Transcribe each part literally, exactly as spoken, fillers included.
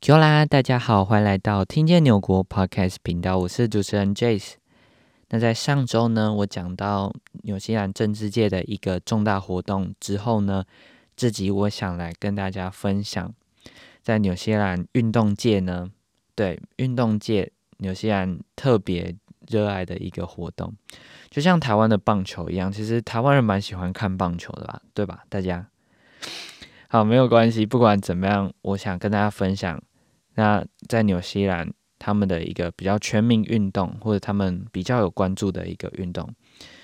就啦，大家好，欢迎来到听见纽国 Podcast 频道，我是主持人 Jace。那在上周呢，我讲到纽西兰政治界的一个重大活动之后呢，这集我想来跟大家分享，在纽西兰运动界呢，对运动界纽西兰特别热爱的一个活动，就像台湾的棒球一样，其实台湾人蛮喜欢看棒球的吧，对吧？大家好，没有关系，不管怎么样，我想跟大家分享，那在纽西兰他们的一个比较全民运动，或者他们比较有关注的一个运动。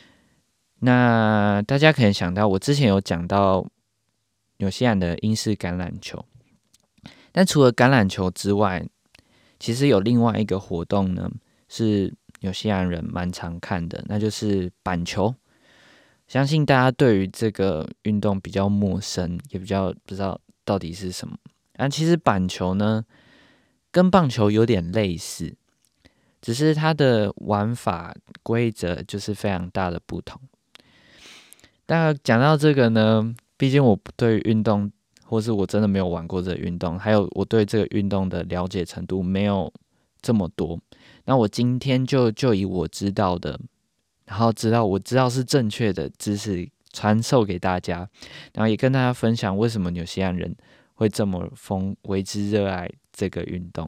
那大家可能想到，我之前有讲到纽西兰的英式橄榄球，但除了橄榄球之外，其实有另外一个活动呢，是纽西兰人蛮常看的，那就是板球。相信大家对于这个运动比较陌生，也比较不知道到底是什么。但其实板球呢，跟棒球有点类似，只是它的玩法规则就是非常大的不同。但讲到这个呢，毕竟我对运动，或是我真的没有玩过这个运动，还有我对这个运动的了解程度没有这么多。那我今天就就以我知道的，然后知道我知道是正确的知识传授给大家，然后也跟大家分享为什么纽西兰人会这么疯为之热爱这个运动。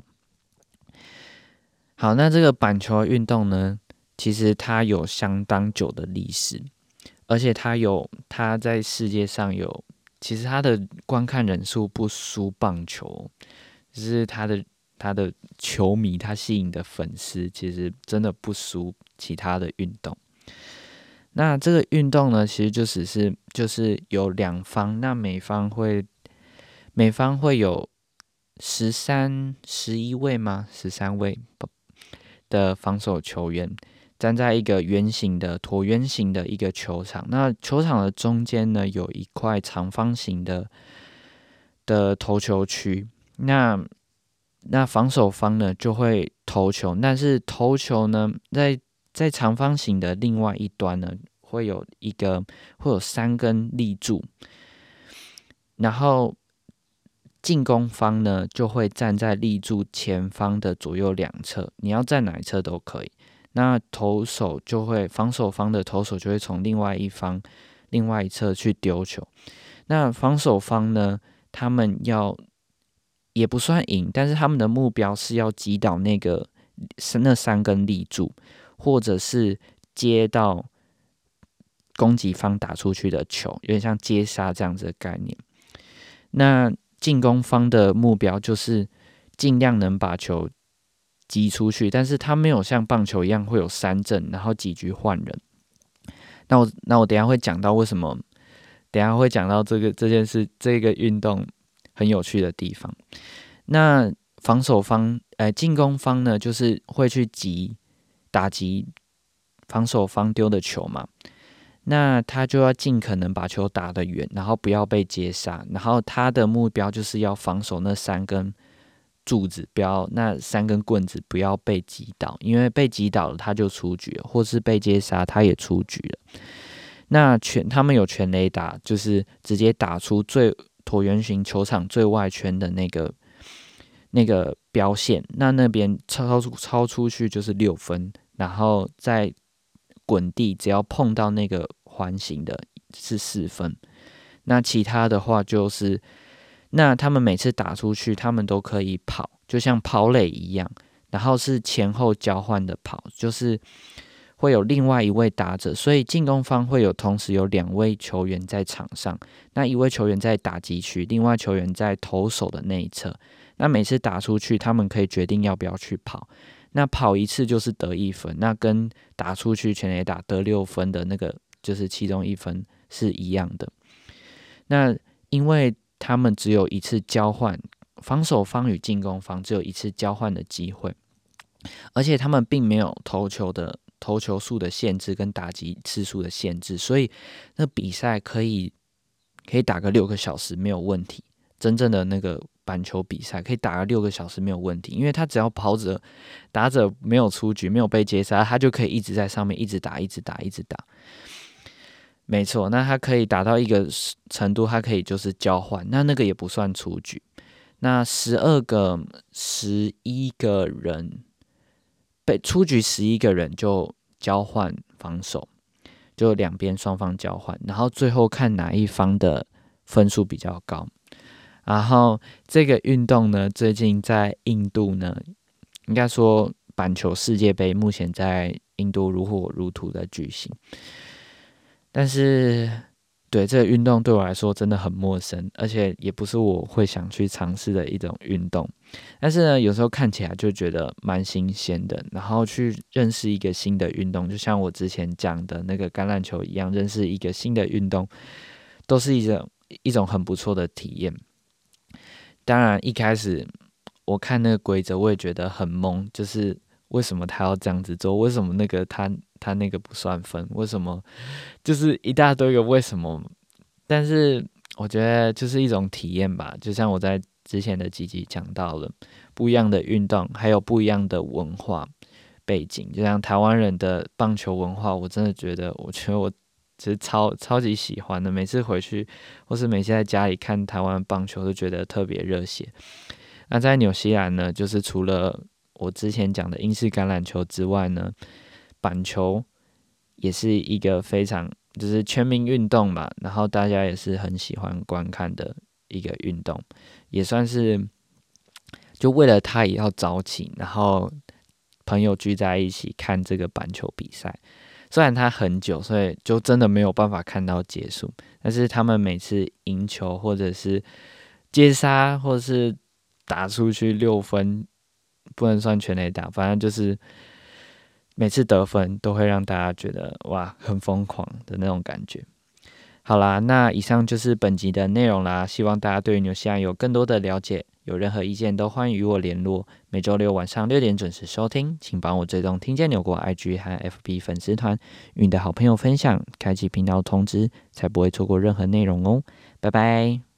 好，那这个板球运动呢，其实它有相当久的历史，而且它有它在世界上有，其实它的观看人数不输棒球，就是它的它的球迷，它吸引的粉丝其实真的不输其他的运动。那这个运动呢，其实就只是就是有两方，那每方会每方会有十三、十一位吗？十三位的防守球员站在一个圆形的椭圆形的一个球场。那球场的中间呢，有一块长方形的的投球区。那那防守方呢就会投球，但是投球呢，在在长方形的另外一端呢，会有一个会有三根立柱，然后进攻方呢就会站在立柱前方的左右两侧，你要站哪一侧都可以。那投手就会防守方的投手就会从另外一方另外一侧去丢球。那防守方呢，他们要也不算赢，但是他们的目标是要击倒那个那三根立柱，或者是接到攻击方打出去的球，有点像接杀这样子的概念。那进攻方的目标就是尽量能把球击出去，但是他没有像棒球一样会有三振，然后几局换人。那我那我等一下会讲到为什么，等一下会讲到这个这件事，这个运动很有趣的地方。那防守方，呃，进攻方呢，就是会去击打击防守方丢的球嘛。那他就要尽可能把球打得远，然后不要被接杀，然后他的目标就是要防守那三根柱子，不要那三根棍子不要被击倒，因为被击倒了他就出局了，或是被接杀他也出局了。那全他们有全垒打，就是直接打出最椭圆形球场最外圈的那个那个标线，那那边超出超出去就是六分，然后再滚地，只要碰到那个环形的是四分。那其他的话就是，那他们每次打出去，他们都可以跑，就像跑垒一样，然后是前后交换的跑，就是会有另外一位打者，所以进攻方会有同时有两位球员在场上，那一位球员在打击区，另外球员在投手的那一侧。那每次打出去，他们可以决定要不要去跑。那跑一次就是得一分，那跟打出去全垒打得六分的那个就是其中一分是一样的。那因为他们只有一次交换，防守方与进攻方只有一次交换的机会，而且他们并没有投球的投球数的限制跟打击次数的限制，所以那比赛可以可以打个六个小时没有问题。真正的那个板球比赛可以打个六个小时没有问题，因为他只要跑者打者没有出局没有被接杀，他就可以一直在上面一直打一直打一直打。没错，那他可以打到一个程度，他可以就是交换，那那个也不算出局。 那十二个、十一个人被出局，十一个人就交换防守，就两边双方交换，然后最后看哪一方的分数比较高。然后这个运动呢，最近在印度呢，应该说板球世界杯目前在印度如火如荼的举行，但是对这个运动对我来说真的很陌生，而且也不是我会想去尝试的一种运动。但是呢，有时候看起来就觉得蛮新鲜的，然后去认识一个新的运动，就像我之前讲的那个橄榄球一样，认识一个新的运动，都是一种一种很不错的体验。当然，一开始我看那个规则，我也觉得很懵，就是为什么他要这样子做？为什么那个他他那个不算分？为什么就是一大堆个为什么？但是我觉得就是一种体验吧，就像我在之前的几集讲到了，不一样的运动，还有不一样的文化背景，就像台湾人的棒球文化，我真的觉得，我觉得我其实超超级喜欢的。每次回去，或是每次在家里看台湾棒球，都觉得特别热血。那在纽西兰呢，就是除了我之前讲的英式橄榄球之外呢，板球也是一个非常就是全民运动嘛，然后大家也是很喜欢观看的一个运动，也算是就为了它也要早起，然后朋友聚在一起看这个板球比赛。虽然它很久，所以就真的没有办法看到结束，但是他们每次赢球或者是接杀或者是打出去六分，不能算全垒打，反正就是每次得分都会让大家觉得哇很疯狂的那种感觉。好啦，那以上就是本集的内容啦，希望大家对于纽西兰有更多的了解，有任何意见都欢迎与我联络。每周六晚上六点准时收听，请帮我追踪听见纽国 I G 和 F B 粉丝团，与你的好朋友分享，开启频道通知，才不会错过任何内容哦。拜拜。